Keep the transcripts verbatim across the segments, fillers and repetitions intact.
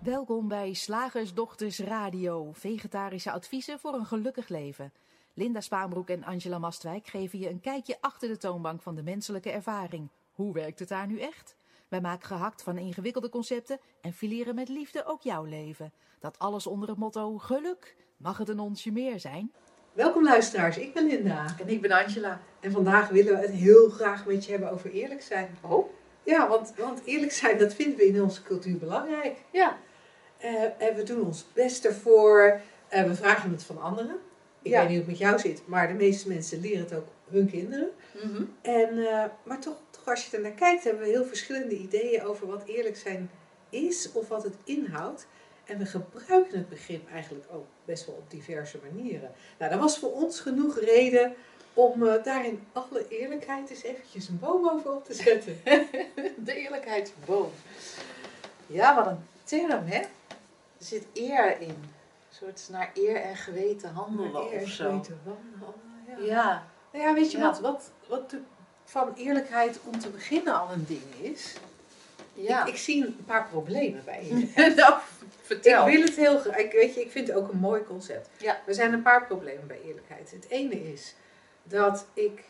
Welkom bij Slagersdochters Radio, vegetarische adviezen voor een gelukkig leven. Linda Spaanbroek en Angela Mastwijk geven je een kijkje achter de toonbank van de menselijke ervaring. Hoe werkt het daar nu echt? Wij maken gehakt van ingewikkelde concepten en fileren met liefde ook jouw leven. Dat alles onder het motto geluk. Mag het een onsje meer zijn? Welkom luisteraars, ik ben Linda. En ik ben Angela. En vandaag willen we het heel graag met je hebben over eerlijk zijn. Oh? Ja, want, want eerlijk zijn, dat vinden we in onze cultuur belangrijk. Ja. Uh, en we doen ons best ervoor. Uh, we vragen het van anderen. Ik Ja. weet niet hoe het met jou zit, maar de meeste mensen leren het ook hun kinderen. Mm-hmm. En, uh, maar toch, toch, als je er naar kijkt, hebben we heel verschillende ideeën over wat eerlijk zijn is of wat het inhoudt. En we gebruiken het begrip eigenlijk ook best wel op diverse manieren. Nou, dat was voor ons genoeg reden om uh, daar in alle eerlijkheid eens eventjes een boom over op te zetten. De eerlijkheidsboom. Ja, wat een term, hè? Er zit eer in. Een soort naar eer en geweten handelen Maar eer, of zo. weten, wandelen, ja. Ja. Nou ja, weet je Ja. wat, wat, wat de, van eerlijkheid om te beginnen al een ding is? Ja. Ik, ik zie een paar problemen bij eerlijkheid. nou, vertel. Ik wil het heel graag. Ik, weet je, ik vind het ook een mooi concept. Ja. Er zijn een paar problemen bij eerlijkheid. Het ene is dat ik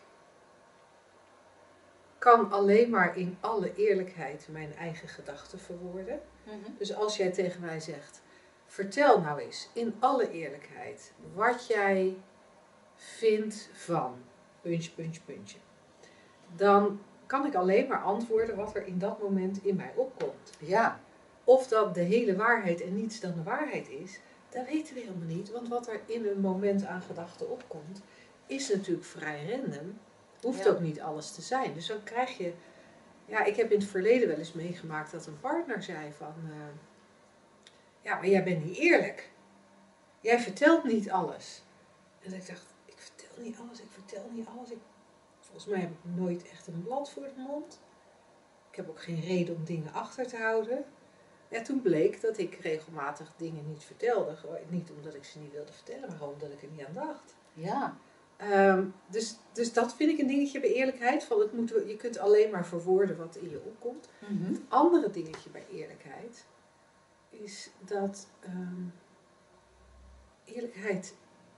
kan alleen maar in alle eerlijkheid mijn eigen gedachten verwoorden. Mm-hmm. Dus als jij tegen mij zegt, vertel nou eens in alle eerlijkheid wat jij vindt van puntje, puntje, puntje. Dan kan ik alleen maar antwoorden wat er in dat moment in mij opkomt. Ja. Of dat de hele waarheid en niets dan de waarheid is, dat weten we helemaal niet. Want wat er in een moment aan gedachten opkomt, is natuurlijk vrij random. Hoeft Ja. ook niet alles te zijn. Dus dan krijg je... Ja, ik heb in het verleden wel eens meegemaakt dat een partner zei van... Uh, ja, maar jij bent niet eerlijk. Jij vertelt niet alles. En ik dacht, ik vertel niet alles, ik vertel niet alles. Ik, volgens mij heb ik nooit echt een blad voor de mond. Ik heb ook geen reden om dingen achter te houden. Ja, toen bleek dat ik regelmatig dingen niet vertelde. Gewoon niet omdat ik ze niet wilde vertellen, maar gewoon omdat ik er niet aan dacht. Ja. Um, dus, dus dat vind ik een dingetje bij eerlijkheid. Van het moet, je kunt alleen maar verwoorden wat in je opkomt. Mm-hmm. Het andere dingetje bij eerlijkheid is dat um, eerlijkheid...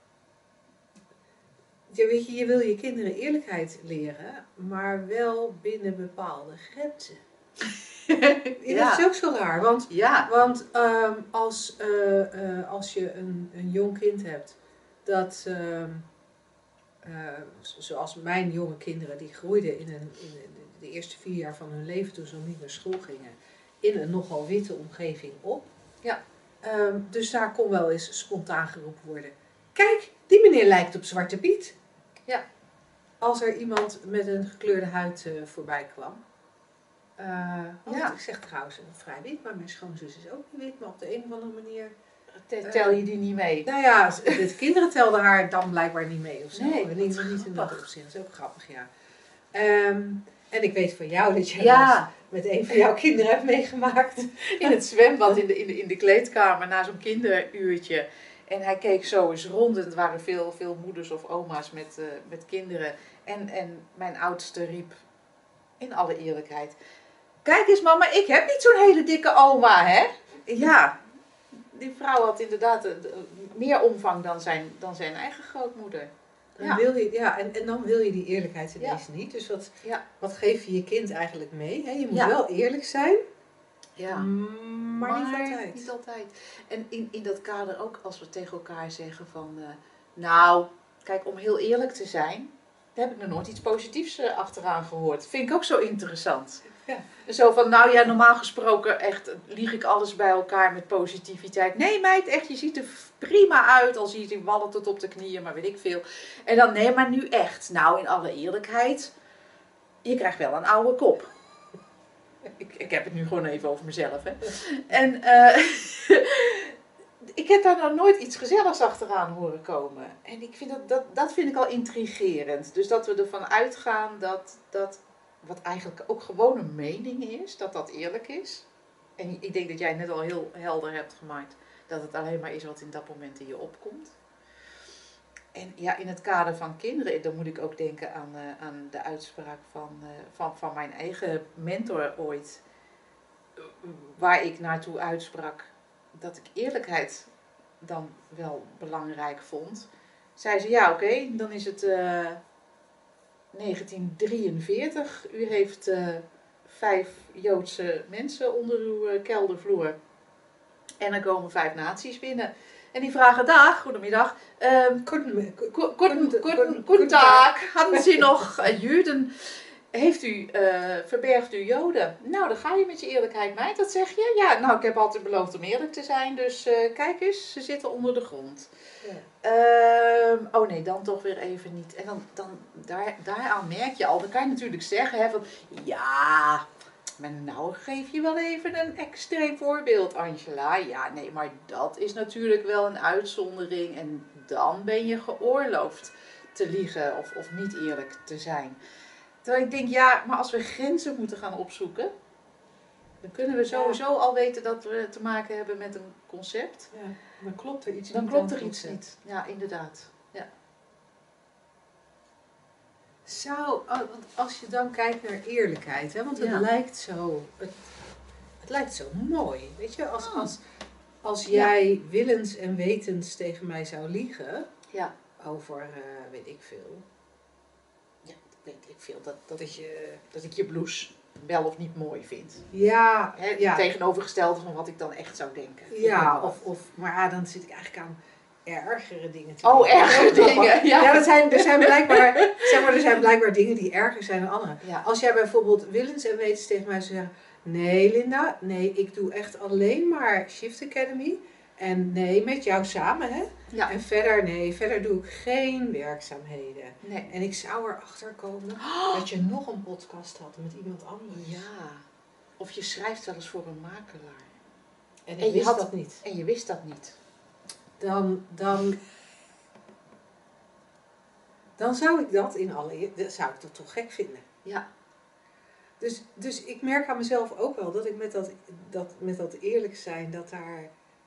Ja, weet je, je wil je kinderen eerlijkheid leren, maar wel binnen bepaalde grenzen. Ja, dat is ook zo raar, want, Ja. want um, als, uh, uh, als je een, een jong kind hebt, dat, uh, uh, zoals mijn jonge kinderen, die groeiden in, een, in de eerste vier jaar van hun leven, toen ze nog niet naar school gingen, in een nogal witte omgeving op. Ja. Um, dus daar kon wel eens spontaan geroepen worden, kijk, die meneer lijkt op Zwarte Piet. Ja. Als er iemand met een gekleurde huid uh, voorbij kwam. Uh, oh, Ja. Ik zeg trouwens vrij wit, maar mijn schoonzus is ook niet wit, maar op de een of andere manier... Tel- Tel je die niet mee? Nou ja, de kinderen telden haar dan blijkbaar niet mee of zo. Nee, in ieder wat geval niet in dat grappig. opzicht. Dat is ook grappig, ja. Um, en ik weet van jou dat jij Ja. met een van jouw kinderen hebt meegemaakt. In het zwembad, in de, in de, in de kleedkamer, na zo'n kinderuurtje. En hij keek zo eens rond. En het waren veel, veel moeders of oma's met, uh, met kinderen. En, en mijn oudste riep, in alle eerlijkheid... Kijk eens mama, ik heb niet zo'n hele dikke oma, hè? Ja, die vrouw had inderdaad uh, meer omvang dan zijn, dan zijn eigen grootmoeder. Dan Ja. wil je, ja, en, en dan wil je die eerlijkheid ineens Ja. niet. Dus wat, Ja. wat geef je je kind eigenlijk mee? Hè? Je moet Ja. wel eerlijk zijn, Ja. maar, niet altijd. Niet altijd. En in, in dat kader ook als we tegen elkaar zeggen van... Uh, nou, kijk, om heel eerlijk te zijn... Daar heb ik nog nooit iets positiefs uh, achteraan gehoord. Vind ik ook zo interessant. Ja. Zo van, nou ja, normaal gesproken echt lieg ik alles bij elkaar met positiviteit. Nee meid, echt, je ziet er prima uit. Al zie je die wallen tot op de knieën, maar weet ik veel. En dan, nee, maar nu echt. Nou, in alle eerlijkheid, je krijgt wel een oude kop. Ik, ik heb het nu gewoon even over mezelf, hè. En uh, ik heb daar nou nooit iets gezelligs achteraan horen komen. En ik vind dat, dat, dat vind ik al intrigerend. Dus dat we ervan uitgaan dat, dat wat eigenlijk ook gewoon een mening is, dat dat eerlijk is. En ik denk dat jij net al heel helder hebt gemaakt dat het alleen maar is wat in dat moment in je opkomt. En ja, in het kader van kinderen, dan moet ik ook denken aan, uh, aan de uitspraak van, uh, van, van mijn eigen mentor ooit. Waar ik naartoe uitsprak. dat ik eerlijkheid dan wel belangrijk vond, zei ze, ja oké, okay, dan is het uh, negentien drieënveertig. U heeft uh, vijf Joodse mensen onder uw uh, keldervloer. En er komen vijf naties binnen. En die vragen, dag, goedemiddag. Um, Goedendag, hadden ze nog uh, Juden? Heeft u, uh, verbergt u Joden? Nou, dan ga je met je eerlijkheid, meid, dat zeg je? Ja, nou, ik heb altijd beloofd om eerlijk te zijn, dus uh, kijk eens, ze zitten onder de grond. Ja. Um, oh nee, dan toch weer even niet. En dan, dan daar, daaraan merk je al, dan kan je natuurlijk zeggen, hè, van, ja, maar nou geef je wel even een extreem voorbeeld, Angela. Ja, nee, maar dat is natuurlijk wel een uitzondering en dan ben je geoorloofd te liegen of, of niet eerlijk te zijn. Terwijl ik denk, ja, maar als we grenzen moeten gaan opzoeken, dan kunnen we sowieso ja. al weten dat we te maken hebben met een concept. Ja, dan klopt er iets dan niet. Dan klopt er iets niet. Ja, inderdaad. Ja. Zou, als je dan kijkt naar eerlijkheid, hè, want het ja. lijkt zo, het, het lijkt zo mooi, weet je, als, als, als jij ja. willens en wetens tegen mij zou liegen, ja. over, uh, weet ik veel, weet ik veel, dat, dat, ik je, dat ik je blouse wel of niet mooi vind. Ja, He, ja. Tegenovergestelde van wat ik dan echt zou denken. Ja, of, of, maar ja, dan zit ik eigenlijk aan ergere dingen te Oh, ergere dingen, ja. Ja, dat zijn, er, zijn blijkbaar, zeg maar, er zijn blijkbaar dingen die erger zijn dan andere. Ja. Als jij bijvoorbeeld willens en wetens tegen mij zou zeggen, nee Linda, nee, ik doe echt alleen maar Shift Academy. En nee, met jou samen, hè? Ja. En verder, nee, verder doe ik geen werkzaamheden. Nee. En ik zou erachter komen oh. dat je nog een podcast had met iemand anders. Ja. Of je schrijft wel eens voor een makelaar. En ik en wist had, dat niet. En je wist dat niet. Dan, dan, dan zou ik dat in alle, zou ik dat toch gek vinden. Ja. Dus, dus ik merk aan mezelf ook wel dat ik met dat, dat, met dat eerlijk zijn, dat daar...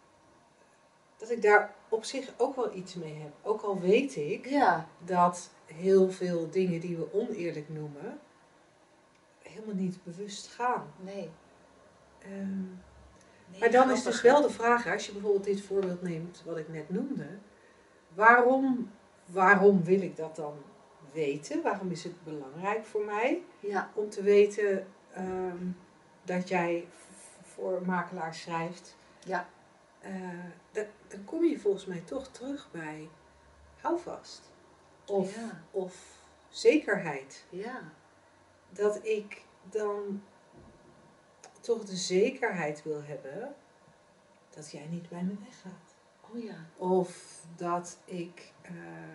dat ik daar op zich ook wel iets mee heb. Ook al weet ik ja. dat heel veel dingen die we oneerlijk noemen, helemaal niet bewust gaan. Nee. Um, nee maar dan is dus wel de vraag, als je bijvoorbeeld dit voorbeeld neemt, wat ik net noemde, waarom, waarom wil ik dat dan weten? Waarom is het belangrijk voor mij ja. om te weten um, dat jij voor makelaars schrijft? Ja. Uh, dan, dan kom je volgens mij toch terug bij houvast. Of, ja. of zekerheid. Ja. Dat ik dan toch de zekerheid wil hebben dat jij niet bij me weggaat. Oh ja. Of dat ik... Uh,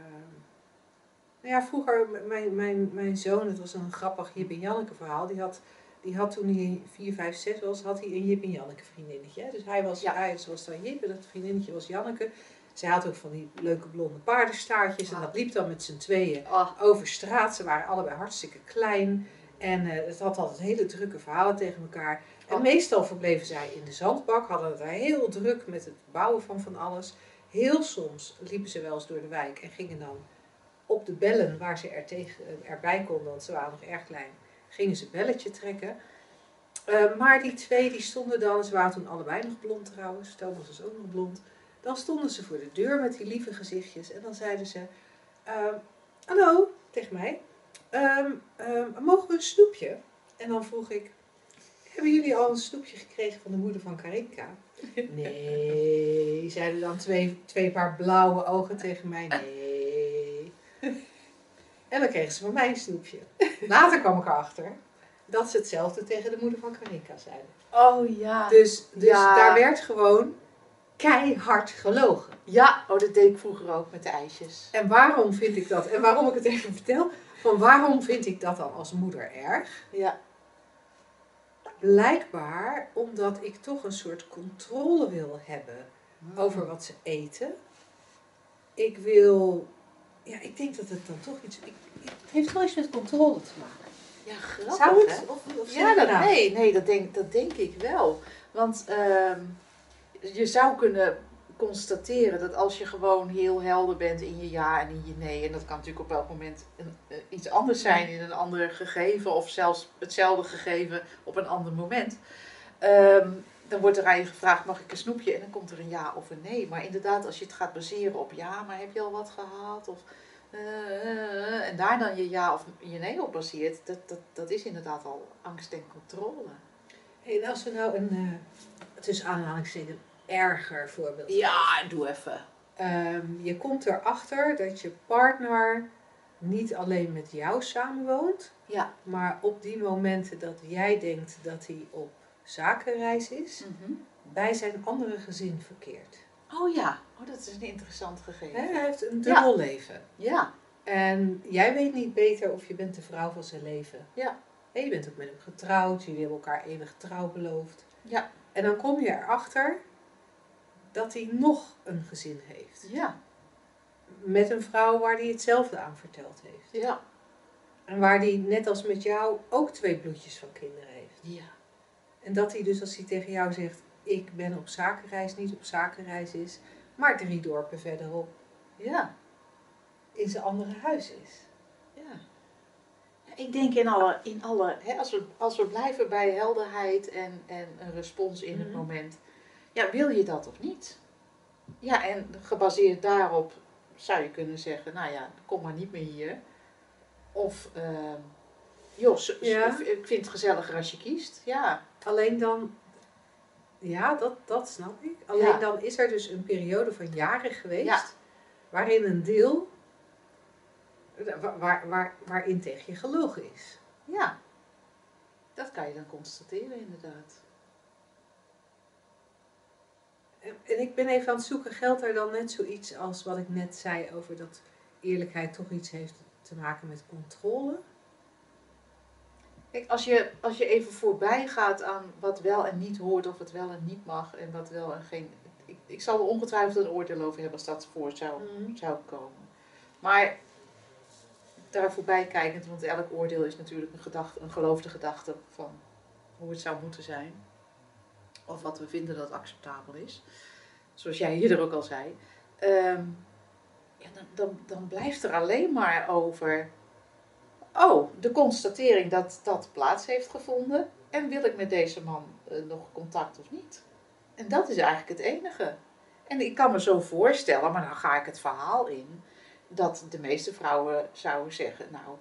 nou ja, vroeger, mijn, mijn, mijn zoon, het was een grappig Jip en Janneke verhaal, die had... Die had toen hij vier, vijf, zes was, had hij een Jip en Janneke vriendinnetje. Dus hij was, ja. hij was dan Jip en dat vriendinnetje was Janneke. Zij had ook van die leuke blonde paardenstaartjes. Oh. En dat liep dan met z'n tweeën oh. over straat. Ze waren allebei hartstikke klein. En uh, het had altijd hele drukke verhalen tegen elkaar. En oh. meestal verbleven zij in de zandbak. Hadden het daar heel druk met het bouwen van van alles. Heel soms liepen ze wel eens door de wijk. En gingen dan op de bellen waar ze er tegen, erbij konden. Want ze waren nog erg klein. Gingen ze belletje trekken. Uh, maar die twee die stonden dan, ze waren toen allebei nog blond trouwens, Thomas was ook nog blond. Dan stonden ze voor de deur met die lieve gezichtjes en dan zeiden ze, uh, hallo, tegen mij, um, um, mogen we een snoepje? En dan vroeg ik, hebben jullie al een snoepje gekregen van de moeder van Karinka? Nee, zeiden dan twee, twee paar blauwe ogen tegen mij, nee. En dan kregen ze van mij een snoepje. Later kwam ik erachter dat ze hetzelfde tegen de moeder van Karinka zeiden. Oh ja. Dus, dus ja. daar werd gewoon keihard gelogen. Ja, oh, dat deed ik vroeger ook met de ijsjes. En waarom vind ik dat, en waarom ik het even vertel, van waarom vind ik dat dan als moeder erg? Ja. Blijkbaar omdat ik toch een soort controle wil hebben hmm. over wat ze eten. Ik wil... Ja, ik denk dat het dan toch iets... Ik, het heeft wel iets met controle te maken. Ja, grappig, Zou het? Hè? Of, of ja, dat, nou? nee, nee dat, denk, dat denk ik wel. Want uh, je zou kunnen constateren dat als je gewoon heel helder bent in je ja en in je nee... en dat kan natuurlijk op elk moment een, uh, iets anders zijn in een ander gegeven... of zelfs hetzelfde gegeven op een ander moment... Um, dan wordt er aan je gevraagd, mag ik een snoepje? En dan komt er een ja of een nee. Maar inderdaad, als je het gaat baseren op ja, maar heb je al wat gehad? Of, uh, uh, en daar dan je ja of je nee op baseert, dat, dat, dat is inderdaad al angst en controle. En als we nou een, uh, tussen aanhalingstekens, erger voorbeeld Ja, doe even. Um, je komt erachter dat je partner niet alleen met jou samenwoont, ja. maar op die momenten dat jij denkt dat hij op zakenreis is, Mm-hmm. bij zijn andere gezin verkeert. Oh ja, oh, dat is een interessant gegeven. He, hij heeft een dubbel ja. leven. Ja. En jij weet niet beter of je bent de vrouw van zijn leven. Ja. En je bent ook met hem getrouwd, jullie hebben elkaar eeuwig trouw beloofd. Ja. En dan kom je erachter dat hij nog een gezin heeft. Ja. Met een vrouw waar hij hetzelfde aan verteld heeft. Ja. En waar hij, net als met jou, ook twee bloedjes van kinderen heeft. Ja. En dat hij dus, als hij tegen jou zegt, ik ben op zakenreis, niet op zakenreis is, maar drie dorpen verderop. Ja. In zijn andere huis is. Ja. Ik denk in alle, in alle hè, als, we, als we blijven bij helderheid en, en een respons in het Mm-hmm. moment. Ja, wil je dat of niet? Ja, en gebaseerd daarop zou je kunnen zeggen, nou ja, kom maar niet meer hier. Of, uh, joh, ja. ik vind het gezelliger als je kiest. Ja. Alleen dan, ja, dat, dat snap ik. Alleen ja. dan is er dus een periode van jaren geweest, ja. waarin een deel, waar, waar, waarin tegen je gelogen is. Ja, dat kan je dan constateren inderdaad. En ik ben even aan het zoeken, geldt er dan net zoiets als wat ik net zei over dat eerlijkheid toch iets heeft te maken met controle? Kijk, als je, als je even voorbij gaat aan wat wel en niet hoort, of het wel en niet mag en wat wel en geen... Ik, ik zal er ongetwijfeld een oordeel over hebben als dat voor zou, mm. zou komen. Maar daar voorbij kijkend, want elk oordeel is natuurlijk een, gedachte, een geloofde gedachte van hoe het zou moeten zijn. Of wat we vinden dat acceptabel is. Zoals jij hier ook al zei. Um, ja, dan, dan, dan blijft er alleen maar over... Oh, de constatering dat dat plaats heeft gevonden. En wil ik met deze man uh, nog contact of niet? En dat is eigenlijk het enige. En ik kan me zo voorstellen, maar dan ga ik het verhaal in... dat de meeste vrouwen zouden zeggen, nou...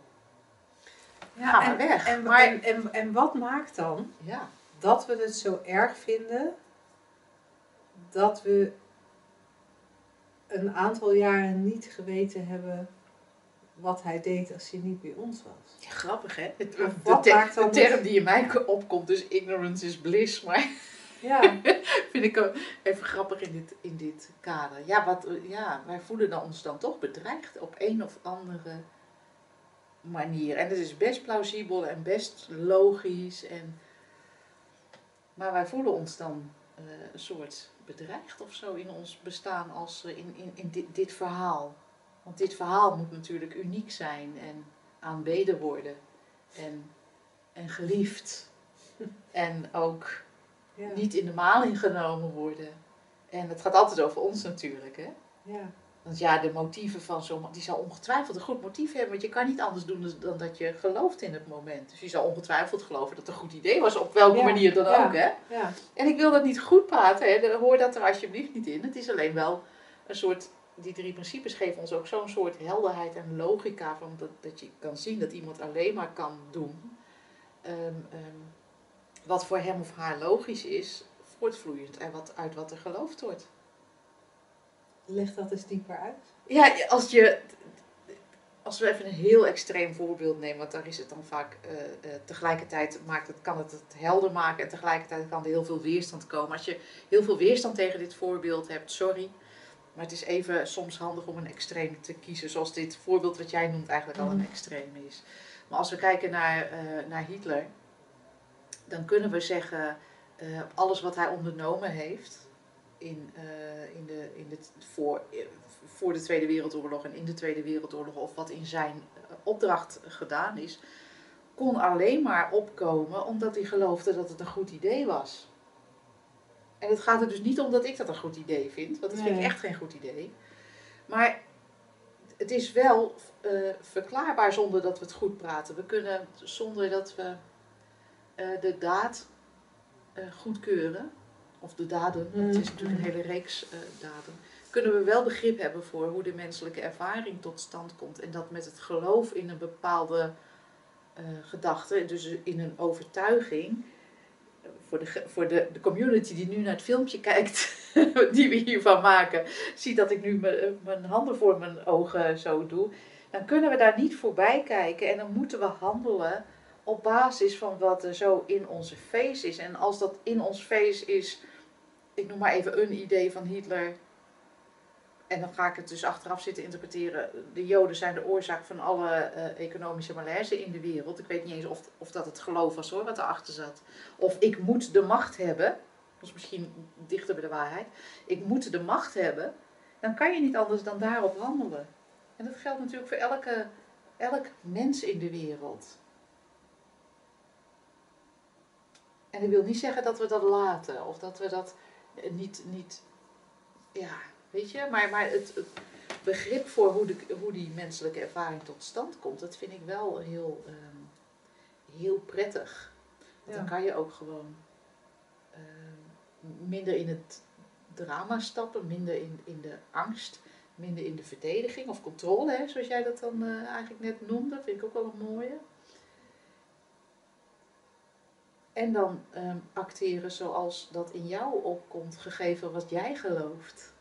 Ja, ga en, maar weg. En, maar, en, en, en wat maakt dan... Ja. dat we het zo erg vinden dat we een aantal jaren niet geweten hebben wat hij deed als hij niet bij ons was. Ja, grappig hè? Het, de, de, te, de term die in mij opkomt is ignorance is bliss, maar ja. vind ik ook even grappig in dit, in dit kader. Ja, wat, ja, wij voelen ons dan toch bedreigd op een of andere manier. En dat is best plausibel en best logisch en... Maar wij voelen ons dan uh, een soort bedreigd of zo in ons bestaan als uh, in, in, in dit, dit verhaal. Want dit verhaal moet natuurlijk uniek zijn en aanbeden worden. En, en geliefd. En ook ja. niet in de maling genomen worden. En het gaat altijd over ons natuurlijk, hè? Ja. Want ja, de motieven van zo'n man, die zal ongetwijfeld een goed motief hebben. Want je kan niet anders doen dan dat je gelooft in het moment. Dus je zal ongetwijfeld geloven dat het een goed idee was. Op welke ja, manier dan ja, ook, hè. Ja. En ik wil dat niet goed praten, hè. Hoor dat er alsjeblieft niet in. Het is alleen wel een soort... Die drie principes geven ons ook zo'n soort helderheid en logica. Van dat, dat je kan zien dat iemand alleen maar kan doen. Um, um, wat voor hem of haar logisch is. Voortvloeiend en wat, uit wat er geloofd wordt. Leg dat eens dieper uit. Ja, als je... Als we even een heel extreem voorbeeld nemen, want daar is het dan vaak uh, uh, tegelijkertijd maakt het, kan het het helder maken en tegelijkertijd kan er heel veel weerstand komen. Als je heel veel weerstand tegen dit voorbeeld hebt, sorry, maar het is even soms handig om een extreem te kiezen, zoals dit voorbeeld wat jij noemt eigenlijk al een extreem is. Maar als we kijken naar, uh, naar Hitler, dan kunnen we zeggen, uh, alles wat hij ondernomen heeft in, uh, in de, in de voor, voor de Tweede Wereldoorlog en in de Tweede Wereldoorlog, of wat in zijn opdracht gedaan is, kon alleen maar opkomen omdat hij geloofde dat het een goed idee was. En het gaat er dus niet om dat ik dat een goed idee vind, want dat nee. vind ik echt geen goed idee. Maar het is wel uh, verklaarbaar zonder dat we het goed praten. We kunnen zonder dat we uh, de daad uh, goedkeuren, of de daden, Mm. het is natuurlijk een hele reeks uh, daden, kunnen we wel begrip hebben voor hoe de menselijke ervaring tot stand komt. En dat met het geloof in een bepaalde uh, gedachte, dus in een overtuiging, voor, de, voor de, de community die nu naar het filmpje kijkt, die we hiervan maken, ziet dat ik nu mijn, mijn handen voor mijn ogen zo doe, dan kunnen we daar niet voorbij kijken en dan moeten we handelen op basis van wat er zo in onze face is. En als dat in ons face is, ik noem maar even een idee van Hitler, en dan ga ik het dus achteraf zitten interpreteren, de Joden zijn de oorzaak van alle uh, economische malaise in de wereld. Ik weet niet eens of, of dat het geloof was hoor, wat erachter zat. Of ik moet de macht hebben, dat is misschien dichter bij de waarheid, ik moet de macht hebben, dan kan je niet anders dan daarop handelen. En dat geldt natuurlijk voor elke, elk mens in de wereld. En dat wil niet zeggen dat we dat laten, of dat we dat niet, niet ja, weet je, maar, maar het, het begrip voor hoe, de, hoe die menselijke ervaring tot stand komt, dat vind ik wel heel, um, heel prettig. Want ja. Dan kan je ook gewoon um, minder in het drama stappen, minder in, in de angst, minder in de verdediging of controle, hè, zoals jij dat dan uh, eigenlijk net noemde, vind ik ook wel een mooie. En dan um, acteren zoals dat in jou opkomt, gegeven wat jij gelooft.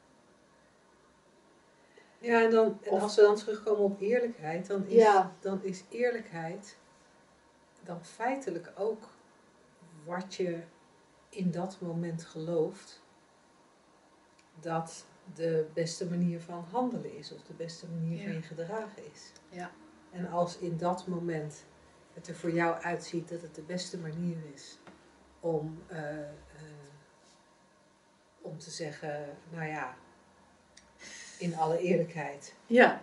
Ja, en, dan, en of, als we dan terugkomen op eerlijkheid, dan is, ja. dan is eerlijkheid dan feitelijk ook wat je in dat moment gelooft dat de beste manier van handelen is, of de beste manier ja. van je gedragen is. Ja. En als in dat moment het er voor jou uitziet dat het de beste manier is om, uh, uh, om te zeggen, nou ja, in alle eerlijkheid. Ja.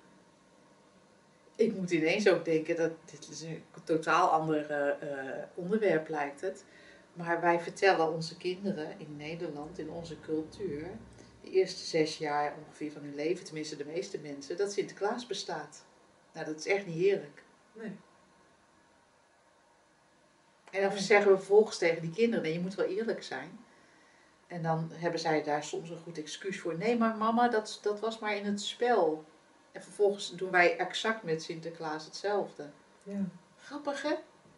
Ik moet ineens ook denken dat dit is een totaal ander uh, onderwerp lijkt het. Maar wij vertellen onze kinderen in Nederland, in onze cultuur, de eerste zes jaar ongeveer van hun leven, tenminste de meeste mensen, dat Sinterklaas bestaat. Nou, dat is echt niet eerlijk. Nee. En dan zeggen we vervolgens tegen die kinderen, nee, je moet wel eerlijk zijn. En dan hebben zij daar soms een goed excuus voor. Nee, maar mama, dat, dat was maar in het spel. En vervolgens doen wij exact met Sinterklaas hetzelfde. Ja. Grappig, hè?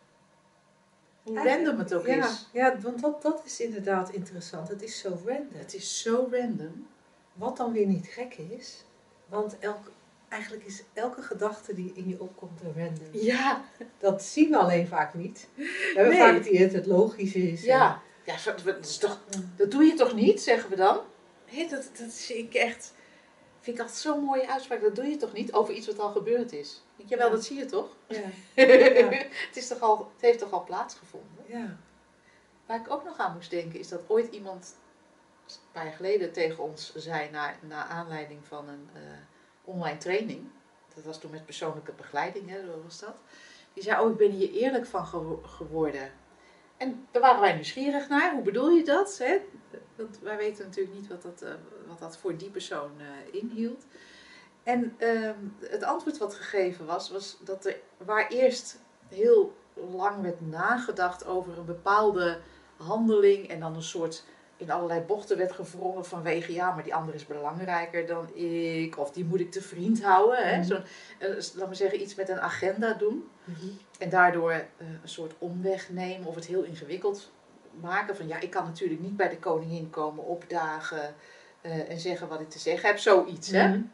Hoe random het ook ja, is. Ja, want dat, dat is inderdaad interessant. Het is zo random. Het is zo random. Wat dan weer niet gek is. Want elk, eigenlijk is elke gedachte die in je opkomt een random. Ja. Dat zien we alleen vaak niet. We hebben nee. vaak het idee dat het logisch is. Ja. En... Ja, dat, is toch, dat doe je toch niet, zeggen we dan? Hé, dat, dat zie ik echt... Vind ik altijd zo'n mooie uitspraak. Dat doe je toch niet over iets wat al gebeurd is? Denk je wel, ja. Dat zie je toch? Ja. Ja. het, is toch al, het heeft toch al plaatsgevonden? Ja. Waar ik ook nog aan moest denken is dat ooit iemand een paar jaar geleden tegen ons zei, na, na aanleiding van een uh, online training. Dat was toen met persoonlijke begeleiding, hè, zo was dat. Die zei, oh, ik ben hier eerlijk van ge- geworden. En daar waren wij nieuwsgierig naar. Hoe bedoel je dat? Hè? Want wij weten natuurlijk niet wat dat, uh, wat dat voor die persoon uh, inhield. En uh, het antwoord wat gegeven was, was dat er waar eerst heel lang werd nagedacht over een bepaalde handeling en dan een soort in allerlei bochten werd gewrongen vanwege, ja, maar die andere is belangrijker dan ik, of die moet ik te vriend houden. Hè? Mm-hmm. Zo'n, uh, laat maar zeggen, iets met een agenda doen. Mm-hmm. En daardoor uh, een soort omweg nemen of het heel ingewikkeld maken. Van ja, ik kan natuurlijk niet bij de koningin komen opdagen uh, en zeggen wat ik te zeggen heb. Zoiets, hè. Mm-hmm.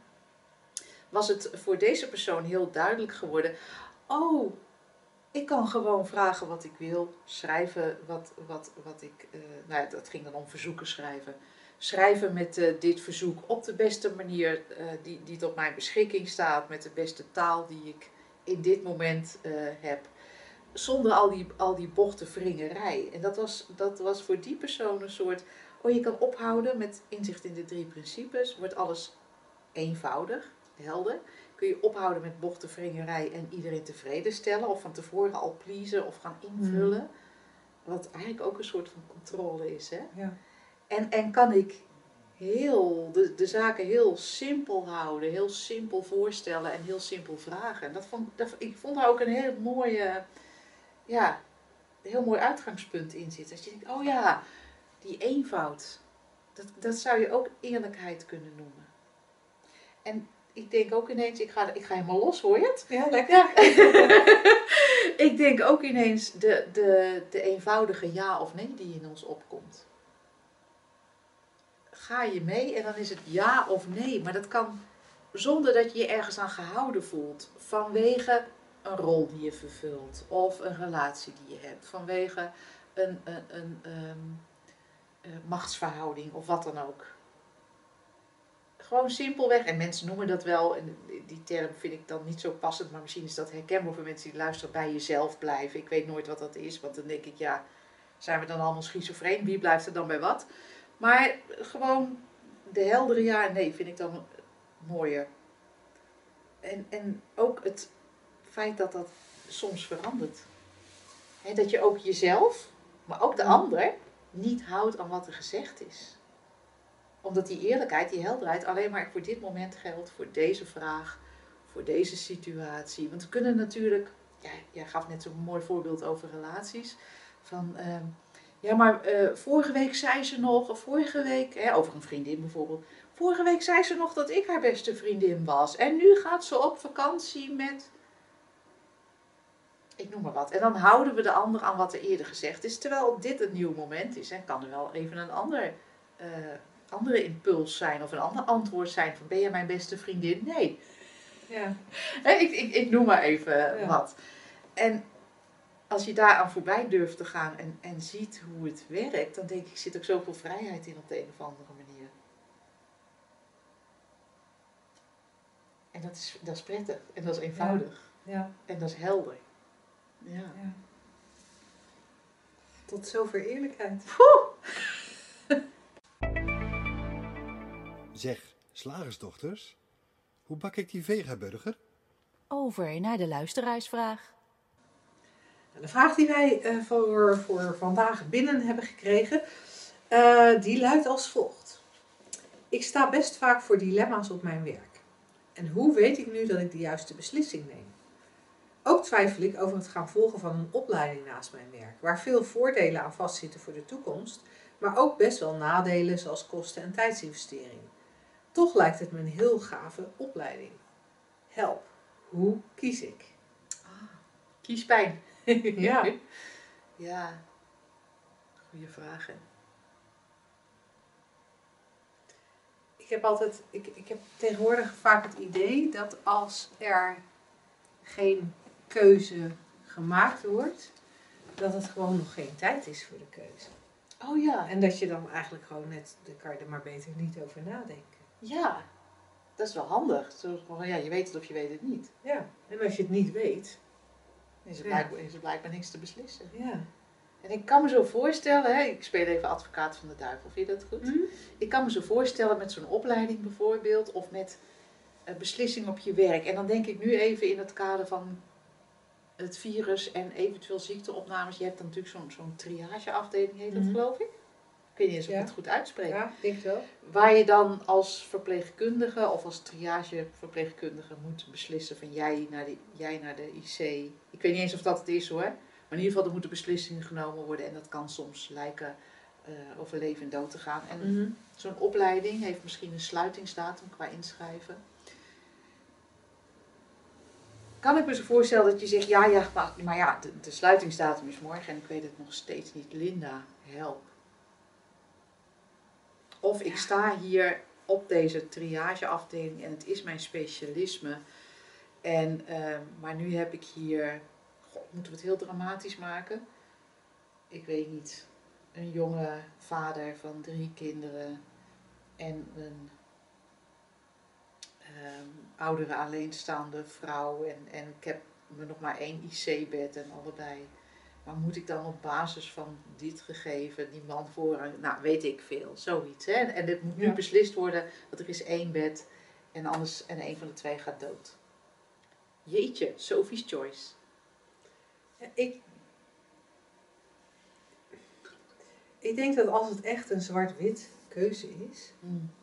Was het voor deze persoon heel duidelijk geworden. Oh, ik kan gewoon vragen wat ik wil. Schrijven wat, wat, wat ik... Uh, nou ja, dat ging dan om verzoeken schrijven. Schrijven met uh, dit verzoek op de beste manier uh, die, die tot mijn beschikking staat. Met de beste taal die ik in dit moment uh, heb. Zonder al die, al die bochtenwringerij. En dat was, dat was voor die persoon een soort... Oh, je kan ophouden met inzicht in de drie principes. Wordt alles eenvoudig, helder. Kun je ophouden met bochtenwringerij en iedereen tevreden stellen. Of van tevoren al pleasen of gaan invullen. Mm. Wat eigenlijk ook een soort van controle is. Hè? Ja. En, en kan ik heel, de, de zaken heel simpel houden. Heel simpel voorstellen en heel simpel vragen. En dat vond, dat, ik vond daar ook een heel mooie... Ja, een heel mooi uitgangspunt in zit. Dat je denkt, oh ja, die eenvoud, dat, dat zou je ook eerlijkheid kunnen noemen. En ik denk ook ineens, ik ga, ik ga helemaal los, hoor je het? Ja, lekker. Ja. Ik denk ook ineens de, de, de eenvoudige ja of nee die in ons opkomt. Ga je mee en dan is het ja of nee. Maar dat kan zonder dat je je ergens aan gehouden voelt. Vanwege een rol die je vervult. Of een relatie die je hebt. Vanwege een, een, een, een, een machtsverhouding of wat dan ook. Gewoon simpelweg. En mensen noemen dat wel. En die term vind ik dan niet zo passend. Maar misschien is dat herkenbaar voor mensen die luisteren. Bij jezelf blijven. Ik weet nooit wat dat is. Want dan denk ik, ja, zijn we dan allemaal schizofreen? Wie blijft er dan bij wat? Maar gewoon de heldere ja en nee vind ik dan mooier. En, en ook het feit dat dat soms verandert. He, dat je ook jezelf, maar ook de ander, niet houdt aan wat er gezegd is. Omdat die eerlijkheid, die helderheid alleen maar voor dit moment geldt, voor deze vraag, voor deze situatie. Want we kunnen natuurlijk, ja, jij gaf net zo'n mooi voorbeeld over relaties, van... Uh, Ja, maar uh, vorige week zei ze nog, of vorige week, hè, over een vriendin bijvoorbeeld. Vorige week zei ze nog dat ik haar beste vriendin was. En nu gaat ze op vakantie met, ik noem maar wat. En dan houden we de ander aan wat er eerder gezegd is. Terwijl dit een nieuw moment is. En kan er wel even een ander, uh, andere impuls zijn of een ander antwoord zijn. Van ben jij mijn beste vriendin? Nee. Ja. Hè, ik, ik, ik noem maar even Ja. wat. En... Als je daaraan voorbij durft te gaan en, en ziet hoe het werkt, dan denk ik, zit ook zoveel vrijheid in op de een of andere manier. En dat is, dat is prettig. En dat is eenvoudig. Ja. Ja. En dat is helder. Ja. Ja. Tot zover eerlijkheid. Zeg, slagersdochters, hoe bak ik die vegaburger? Over naar de luisteraarsvraag. De vraag die wij uh, voor, voor vandaag binnen hebben gekregen, uh, die luidt als volgt. Ik sta best vaak voor dilemma's op mijn werk. En hoe weet ik nu dat ik de juiste beslissing neem? Ook twijfel ik over het gaan volgen van een opleiding naast mijn werk, waar veel voordelen aan vastzitten voor de toekomst, maar ook best wel nadelen zoals kosten en tijdsinvestering. Toch lijkt het me een heel gave opleiding. Help, hoe kies ik? Ah, kiespijn. Ja. Ja, goede vragen. Ik heb altijd, ik, ik heb tegenwoordig vaak het idee dat als er geen keuze gemaakt wordt, dat het gewoon nog geen tijd is voor de keuze. Oh ja. En dat je dan eigenlijk gewoon net, dan kan je er maar beter niet over nadenken. Ja, dat is wel handig. Zo, gewoon, ja, je weet het of je weet het niet. Ja, en als je het niet weet. Is er, Ja. blijkbaar, is er blijkbaar niks te beslissen. Ja. En ik kan me zo voorstellen, hè, ik speel even advocaat van de duivel, vind je dat goed? Hm? Ik kan me zo voorstellen met zo'n opleiding bijvoorbeeld, of met een beslissing op je werk. En dan denk ik nu even in het kader van het virus en eventueel ziekteopnames. Je hebt dan natuurlijk zo'n zo'n triageafdeling, heet dat Mhm. geloof ik? Ik weet niet eens of ik Ja. het goed uitspreek. Ja, ik denk het wel. Waar je dan als verpleegkundige of als triageverpleegkundige moet beslissen van jij naar de, jij naar de I C. Ik weet niet eens of dat het is hoor. Maar in ieder geval er moeten beslissingen genomen worden. En dat kan soms lijken uh, over leven en dood te gaan. En Mm-hmm. zo'n opleiding heeft misschien een sluitingsdatum qua inschrijven. Kan ik me zo voorstellen dat je zegt, ja, ja, maar, maar ja, de, de sluitingsdatum is morgen en ik weet het nog steeds niet. Linda, help. Of ik sta hier op deze triageafdeling en het is mijn specialisme. En, uh, maar nu heb ik hier, god, moeten we het heel dramatisch maken? Ik weet niet, een jonge vader van drie kinderen en een um, oudere alleenstaande vrouw. En, en ik heb me nog maar één I C-bed en allebei. Maar moet ik dan op basis van dit gegeven, die man voor, nou weet ik veel, zoiets. Hè? En het moet nu ja. beslist worden dat er is één bed en anders en een van de twee gaat dood. Jeetje, Sophie's Choice. Ja, ik, ik denk dat als het echt een zwart-wit keuze is, mm.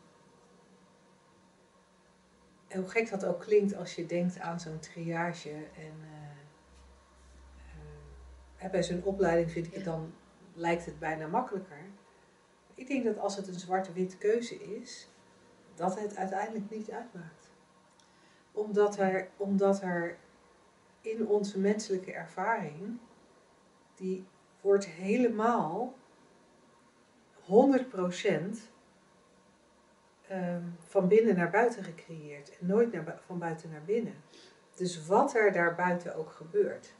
en hoe gek dat ook klinkt als je denkt aan zo'n triage en uh, uh, bij zo'n opleiding vind ik het dan, lijkt het bijna makkelijker. Ik denk dat als het een zwart-wit keuze is, dat het uiteindelijk niet uitmaakt. Omdat er, omdat er in onze menselijke ervaring, die wordt helemaal honderd procent um, van binnen naar buiten gecreëerd en nooit naar bu- van buiten naar binnen. Dus wat er daarbuiten ook gebeurt,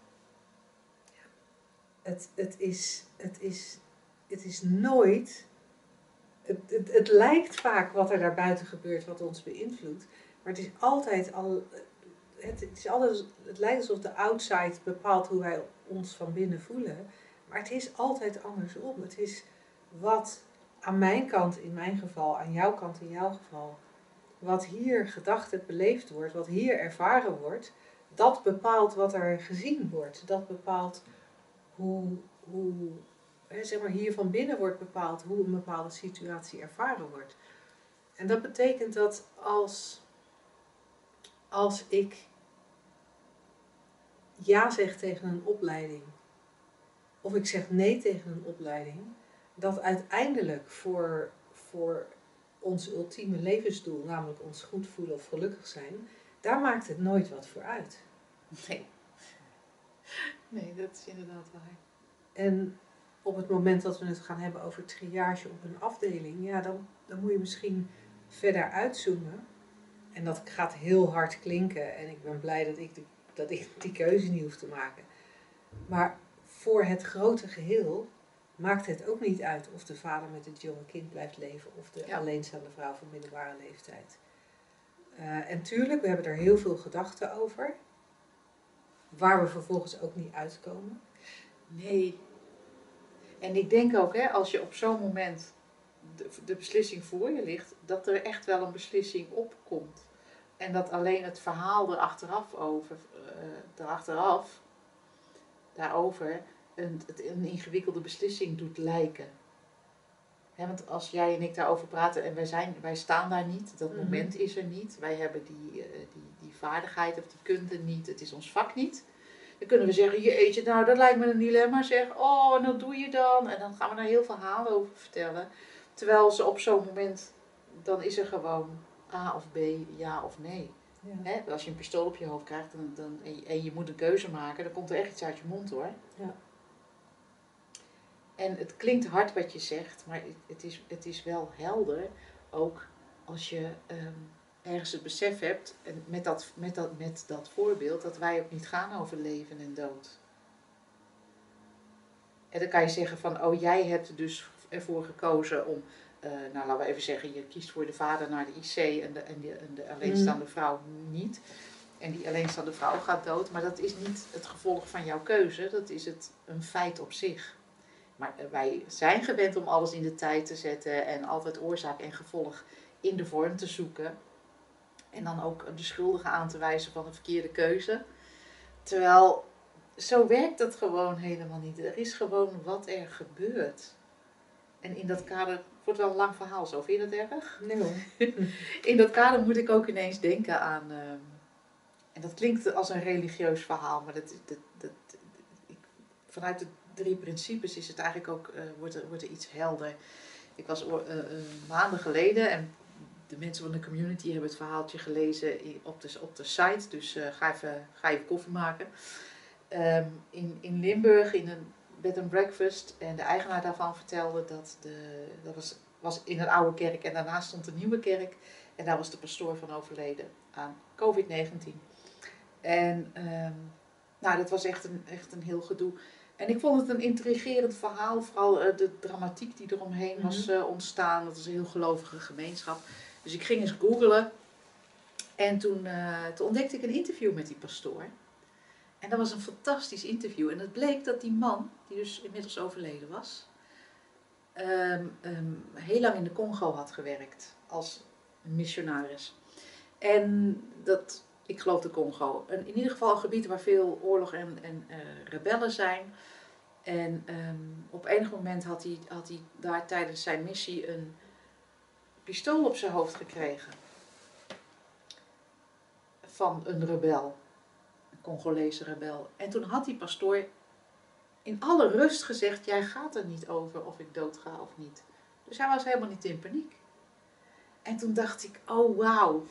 het, het, is, het, is, het is nooit, het, het, het lijkt vaak wat er daarbuiten gebeurt wat ons beïnvloedt, maar het is altijd al, het, het, is altijd, het lijkt alsof de outside bepaalt hoe wij ons van binnen voelen, maar het is altijd andersom. Het is wat aan mijn kant in mijn geval, aan jouw kant in jouw geval, wat hier gedacht en beleefd wordt, wat hier ervaren wordt, dat bepaalt wat er gezien wordt. Dat bepaalt hoe, hoe hè, zeg maar hier van binnen wordt bepaald hoe een bepaalde situatie ervaren wordt. En dat betekent dat als, als ik ja zeg tegen een opleiding, of ik zeg nee tegen een opleiding, dat uiteindelijk voor, voor ons ultieme levensdoel, namelijk ons goed voelen of gelukkig zijn, daar maakt het nooit wat voor uit. Nee. Nee, dat is inderdaad waar. En op het moment dat we het gaan hebben over triage op een afdeling, ja, dan, dan moet je misschien verder uitzoomen. En dat gaat heel hard klinken en ik ben blij dat ik, de, dat ik die keuze niet hoef te maken. Maar voor het grote geheel maakt het ook niet uit of de vader met het jonge kind blijft leven of de Ja. alleenstaande vrouw van middelbare leeftijd. Uh, en tuurlijk, we hebben er heel veel gedachten over, waar we vervolgens ook niet uitkomen. Nee. En ik denk ook, hè, als je op zo'n moment de, de beslissing voor je ligt, dat er echt wel een beslissing opkomt. En dat alleen het verhaal erachteraf over, uh, erachteraf, daarover een, een ingewikkelde beslissing doet lijken. He, want als jij en ik daarover praten en wij, zijn, wij staan daar niet, dat Mm-hmm. moment is er niet, wij hebben die, uh, die, die vaardigheid of die kunde niet, het is ons vak niet. Dan kunnen we zeggen, jeetje, nou dat lijkt me een dilemma, zeg, oh en dat doe je dan. En dan gaan we daar heel veel verhalen over vertellen. Terwijl ze op zo'n moment, dan is er gewoon A of B, ja of nee. Ja. He, als je een pistool op je hoofd krijgt dan, dan, en, je, en je moet een keuze maken, dan komt er echt iets uit je mond hoor. Ja. En het klinkt hard wat je zegt, maar het, het, is, het is wel helder. Ook als je um, ergens het besef hebt, en met dat, met, dat, met dat voorbeeld, dat wij ook niet gaan over leven en dood. En dan kan je zeggen van, oh jij hebt dus ervoor gekozen om, uh, nou laten we even zeggen, je kiest voor de vader naar de I C en de, en de, en de alleenstaande vrouw niet. En die alleenstaande vrouw gaat dood, maar dat is niet het gevolg van jouw keuze, dat is het een feit op zich. Maar wij zijn gewend om alles in de tijd te zetten en altijd oorzaak en gevolg in de vorm te zoeken. En dan ook de schuldige aan te wijzen van een verkeerde keuze. Terwijl, zo werkt dat gewoon helemaal niet. Er is gewoon wat er gebeurt. En in dat kader, het wordt wel een lang verhaal zo, vind je dat erg? Nee hoor. In dat kader moet ik ook ineens denken aan, uh, en dat klinkt als een religieus verhaal, maar dat, dat, dat, ik, vanuit de drie principes is het eigenlijk ook, uh, wordt, er, wordt er iets helder. Ik was uh, uh, maanden geleden en de mensen van de community hebben het verhaaltje gelezen op de, op de site, dus uh, ga, even, ga even koffie maken. Um, in, in Limburg in een bed and breakfast en de eigenaar daarvan vertelde dat de, dat was, was in een oude kerk en daarnaast stond een nieuwe kerk en daar was de pastoor van overleden aan covid negentien. En um, nou, dat was echt een, echt een heel gedoe. En ik vond het een intrigerend verhaal, vooral uh, de dramatiek die eromheen mm-hmm. was uh, ontstaan. Dat was een heel gelovige gemeenschap. Dus ik ging eens googlen en toen, uh, toen ontdekte ik een interview met die pastoor. En dat was een fantastisch interview. En het bleek dat die man, die dus inmiddels overleden was, um, um, heel lang in de Congo had gewerkt als missionaris. En dat, ik geloof de Congo, en in ieder geval een gebied waar veel oorlog en, en uh, rebellen zijn. En um, op enig moment had hij, had hij daar tijdens zijn missie een pistool op zijn hoofd gekregen. Van een rebel. Congolese rebel. En toen had die pastoor in alle rust gezegd, jij gaat er niet over of ik doodga of niet. Dus hij was helemaal niet in paniek. En toen dacht ik, oh wauw.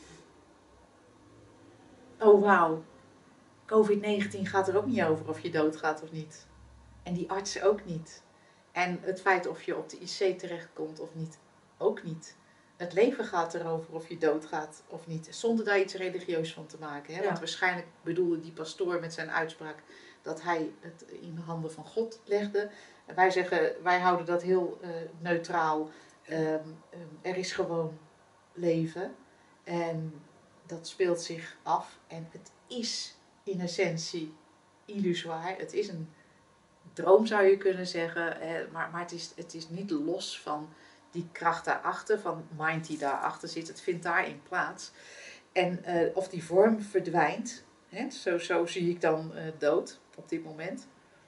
Oh wauw. covid negentien gaat er ook niet over of je doodgaat of niet. En die artsen ook niet. En het feit of je op de I C terechtkomt of niet, ook niet. Het leven gaat erover of je doodgaat of niet. Zonder daar iets religieus van te maken. Hè? Ja. Want waarschijnlijk bedoelde die pastoor met zijn uitspraak dat hij het in de handen van God legde. En wij zeggen, wij houden dat heel uh, neutraal. Um, um, er is gewoon leven. En dat speelt zich af. En het is in essentie illusoir. Het is een droom zou je kunnen zeggen. Eh, maar maar het, is, het is niet los van die kracht daarachter. Van mind die daarachter zit. Het vindt daarin plaats. En uh, of die vorm verdwijnt. Hè, zo, zo zie ik dan uh, dood op dit moment.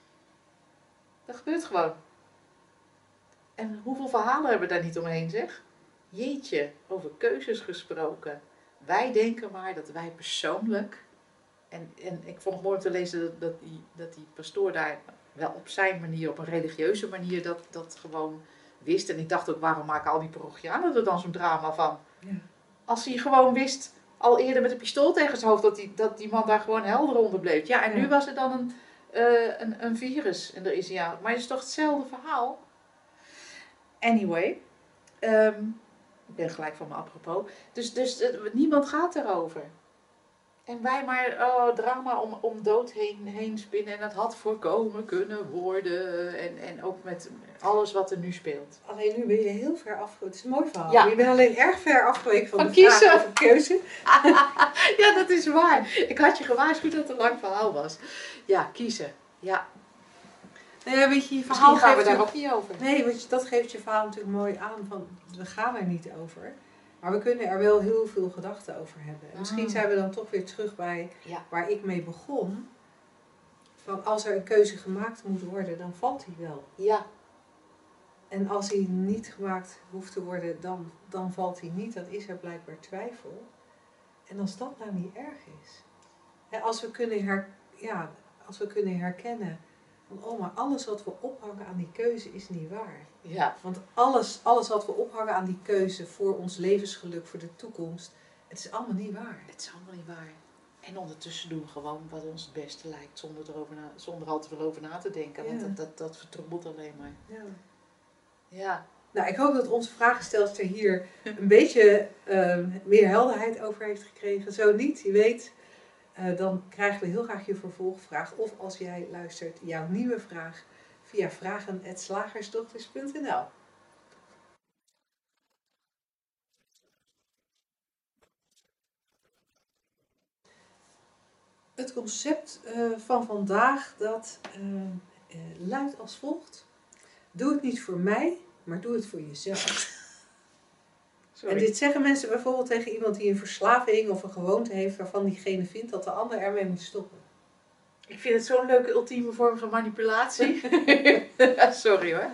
Dat gebeurt gewoon. En hoeveel verhalen hebben we daar niet omheen, zeg? Jeetje, over keuzes gesproken. Wij denken maar dat wij persoonlijk... En, en ik vond het mooi om te lezen dat, dat, die, dat die pastoor daar wel op zijn manier, op een religieuze manier, dat, dat gewoon wist. En ik dacht ook, waarom maken al die parochianen er dan zo'n drama van? Ja. Als hij gewoon wist, al eerder met een pistool tegen zijn hoofd, dat die, dat die man daar gewoon helder onder bleef. Ja, en nu Ja. was er dan een, uh, een, een virus en er is hij aan. Maar het is toch hetzelfde verhaal? Anyway, um, ik ben gelijk van me apropos. Dus, dus uh, niemand gaat erover. En wij maar oh, drama om, om dood heen, heen spinnen. En dat had voorkomen kunnen worden. En, en ook met alles wat er nu speelt. Alleen nu ben je heel ver afgeweken. Het is een mooi verhaal. Ja. Je bent alleen erg ver afgeweken van, Van de kiezen. vraag over keuze. Ja, dat is waar. Ik had je gewaarschuwd dat het een lang verhaal was. Ja, kiezen. Ja. Nou ja, weet je, je verhaal Misschien gaan we geeft daar je- ook niet over. Nee, want je- dat geeft je verhaal natuurlijk mooi aan. Van, we gaan er niet over. Maar we kunnen er wel heel veel gedachten over hebben. En misschien Ah. zijn we dan toch weer terug bij Ja. waar ik mee begon. Van als er een keuze gemaakt moet worden, dan valt die wel. Ja. En als die niet gemaakt hoeft te worden, dan, dan valt die niet. Dan is er blijkbaar twijfel. En als dat nou niet erg is. Hè, als, we kunnen her, ja, als we kunnen herkennen. Van, oh, maar alles wat we ophangen aan die keuze is niet waar. Ja. Want alles, alles wat we ophangen aan die keuze voor ons levensgeluk, voor de toekomst. Het is allemaal niet waar. Het is allemaal niet waar. En ondertussen doen we gewoon wat ons het beste lijkt. Zonder, erover na, zonder al te veel over na te denken. Want Ja. dat, dat, dat vertroebelt alleen maar. Ja. Ja. Nou, ik hoop dat onze vragenstelster hier een beetje uh, meer helderheid over heeft gekregen. Zo niet, je weet, uh, dan krijgen we heel graag je vervolgvraag. Of als jij luistert, jouw nieuwe vraag via vragen apenstaartje slagersdochters punt n l. Het concept uh, van vandaag dat uh, uh, luidt als volgt. Doe het niet voor mij, maar doe het voor jezelf. Sorry. En dit zeggen mensen bijvoorbeeld tegen iemand die een verslaving of een gewoonte heeft waarvan diegene vindt dat de ander ermee moet stoppen. Ik vind het zo'n leuke ultieme vorm van manipulatie. Sorry hoor.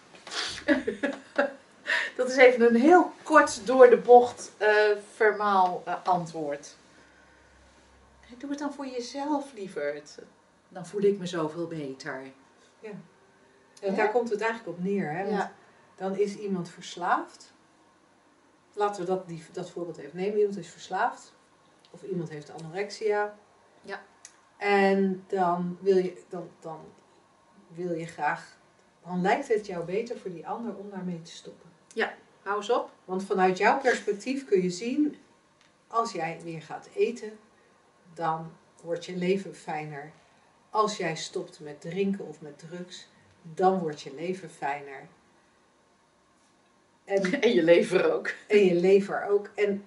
Dat is even een heel kort door de bocht uh, vermaal uh, antwoord. Doe het dan voor jezelf, lieverd. Dan voel ik me zoveel beter. Ja. En Ja? daar komt het eigenlijk op neer. Hè? Want Ja. dan is iemand verslaafd. Laten we dat, die, dat voorbeeld even nemen. Iemand is verslaafd. Of iemand heeft anorexia. Ja. En dan wil je, dan, dan wil je graag... Dan lijkt het jou beter voor die ander om daarmee te stoppen. Hou eens op. Want vanuit jouw perspectief kun je zien... Als jij weer gaat eten... Dan wordt je leven fijner. Als jij stopt met drinken of met drugs... Dan wordt je leven fijner. En, En je lever ook. en je lever ook. En,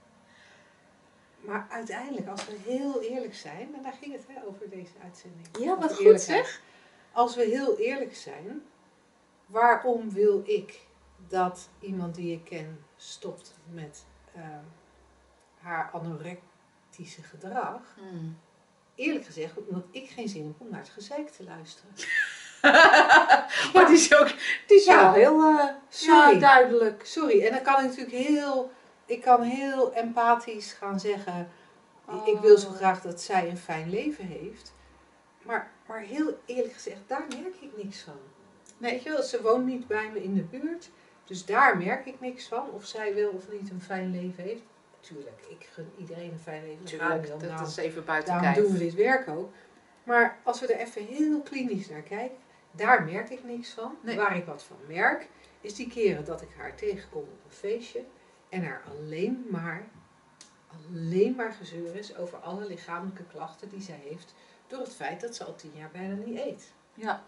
maar uiteindelijk, als we heel eerlijk zijn... En daar ging het hè, over deze uitzending. Ja, wat Over goed eerlijkheid. zeg. Als we heel eerlijk zijn... Waarom wil ik dat iemand die ik ken stopt met uh, haar anorectische gedrag? Hmm. Eerlijk gezegd, omdat ik geen zin heb om naar het gezeik te luisteren. Maar die is ook die is Ja. wel heel uh, Sorry. ja, duidelijk. Sorry, en dan kan ik natuurlijk heel, ik kan heel empathisch gaan zeggen, Oh. ik wil zo graag dat zij een fijn leven heeft. Maar, maar heel eerlijk gezegd, daar merk ik niks van. Nee. Weet je wel, ze woont niet bij me in de buurt. Dus daar merk ik niks van. Of zij wel of niet een fijn leven heeft. Tuurlijk, ik gun iedereen een fijn leven. Dat gaat Tuurlijk, niet om. dat Nou, is even buiten daarom kijf. doen we dit werk ook. Maar als we er even heel klinisch naar kijken, daar merk ik niks van. Nee. Waar ik wat van merk, is die keren dat ik haar tegenkom op een feestje en er alleen maar, alleen maar gezeur is over alle lichamelijke klachten die zij heeft door het feit dat ze al tien jaar bijna niet eet. Ja.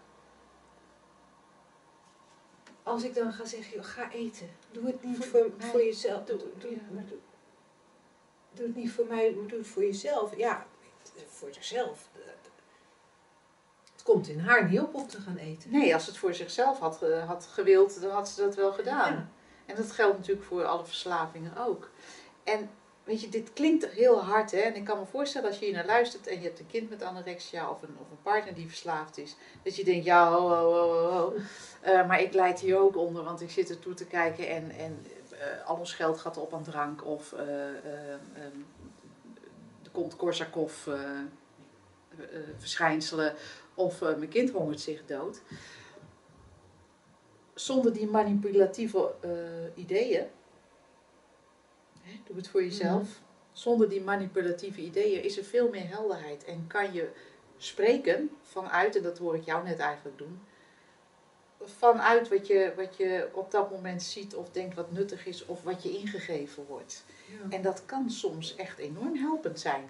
Als ik dan ga zeggen, joh, ga eten. Doe het niet voor, mij. voor jezelf. Doe, doe, Ja. maar doe, doe het niet voor mij, maar doe het voor jezelf. Ja, voor zichzelf. Het komt in haar niet op om te gaan eten. Nee, als het voor zichzelf had, ge- had gewild, dan had ze dat wel gedaan. Ja. En dat geldt natuurlijk voor alle verslavingen ook. En weet je, dit klinkt heel hard, hè. En ik kan me voorstellen als je hier naar luistert en je hebt een kind met anorexia of een, of een partner die verslaafd is. Dat je denkt, ja, ho, ho, ho, ho, ho. Uh, maar ik lijd hier ook onder, want ik zit er toe te kijken en, en uh, al ons geld gaat op aan drank. Of uh, uh, um, er komt Korsakoff uh, uh, verschijnselen. Of uh, mijn kind hongert zich dood. Zonder die manipulatieve uh, ideeën, hè, doe het voor jezelf. Mm-hmm. Zonder die manipulatieve ideeën is er veel meer helderheid. En kan je spreken vanuit, en dat hoor ik jou net eigenlijk doen, vanuit wat je, wat je op dat moment ziet of denkt wat nuttig is of wat je ingegeven wordt. Ja. En dat kan soms echt enorm helpend zijn.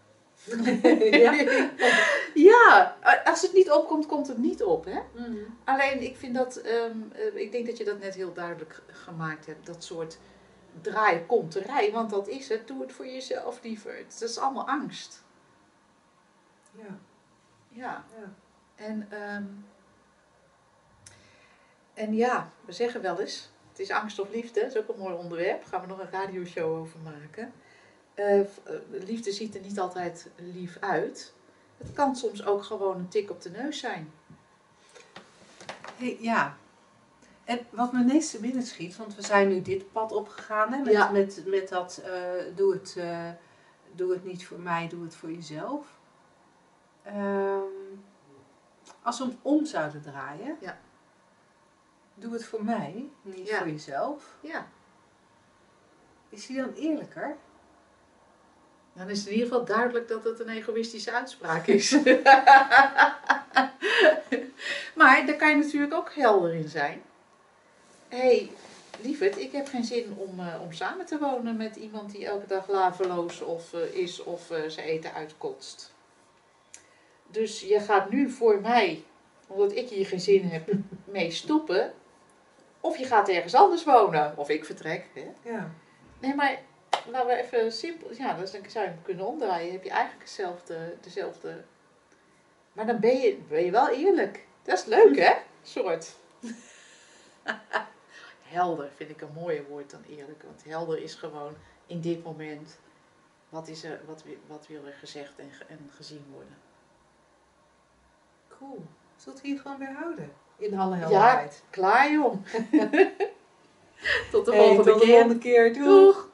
ja. ja, als het niet opkomt, komt het niet op. Hè? Mm-hmm. Alleen ik vind dat, um, uh, ik denk dat je dat net heel duidelijk gemaakt hebt. Dat soort draaien komt te rijden, want dat is het. Doe het voor jezelf liever. Dat is allemaal angst. Ja. Ja. ja. En, um, en ja, we zeggen wel eens, het is angst of liefde. Dat is ook een mooi onderwerp. Daar gaan we nog een radioshow over maken. Uh, liefde ziet er niet altijd lief uit. Het kan soms ook gewoon een tik op de neus zijn. Hey, ja. En wat me ineens te binnen schiet, want we zijn nu dit pad opgegaan, hè, met, ja. met, met dat uh, doe, het, uh, doe het niet voor mij, doe het voor jezelf. Um, als we hem om zouden draaien, ja. doe het voor mij, niet ja. voor jezelf. Ja. Is die dan eerlijker? Dan is het in ieder geval duidelijk dat het een egoïstische uitspraak is. Maar daar kan je natuurlijk ook helder in zijn. Hé, hey, lieverd, ik heb geen zin om, uh, om samen te wonen met iemand die elke dag laveloos of, uh, is of uh, zijn eten uitkotst. Dus je gaat nu voor mij, omdat ik hier geen zin heb, mee stoppen. Of je gaat ergens anders wonen. Of ik vertrek. Hè? Ja. Nee, maar laten we even simpel. Ja, dan zou je hem kunnen omdraaien. Heb je eigenlijk hetzelfde, dezelfde. Maar dan ben je, ben je wel eerlijk. Dat is leuk, hè? Soort. Helder vind ik een mooier woord dan eerlijk. Want helder is gewoon in dit moment. Wat, is er, wat, wat wil er gezegd en, en gezien worden? Cool. Zult hier gewoon weer houden? In alle helderheid. Ja, klaar joh. Tot de hey, volgende tot de keer. volgende keer. Doeg. Doeg.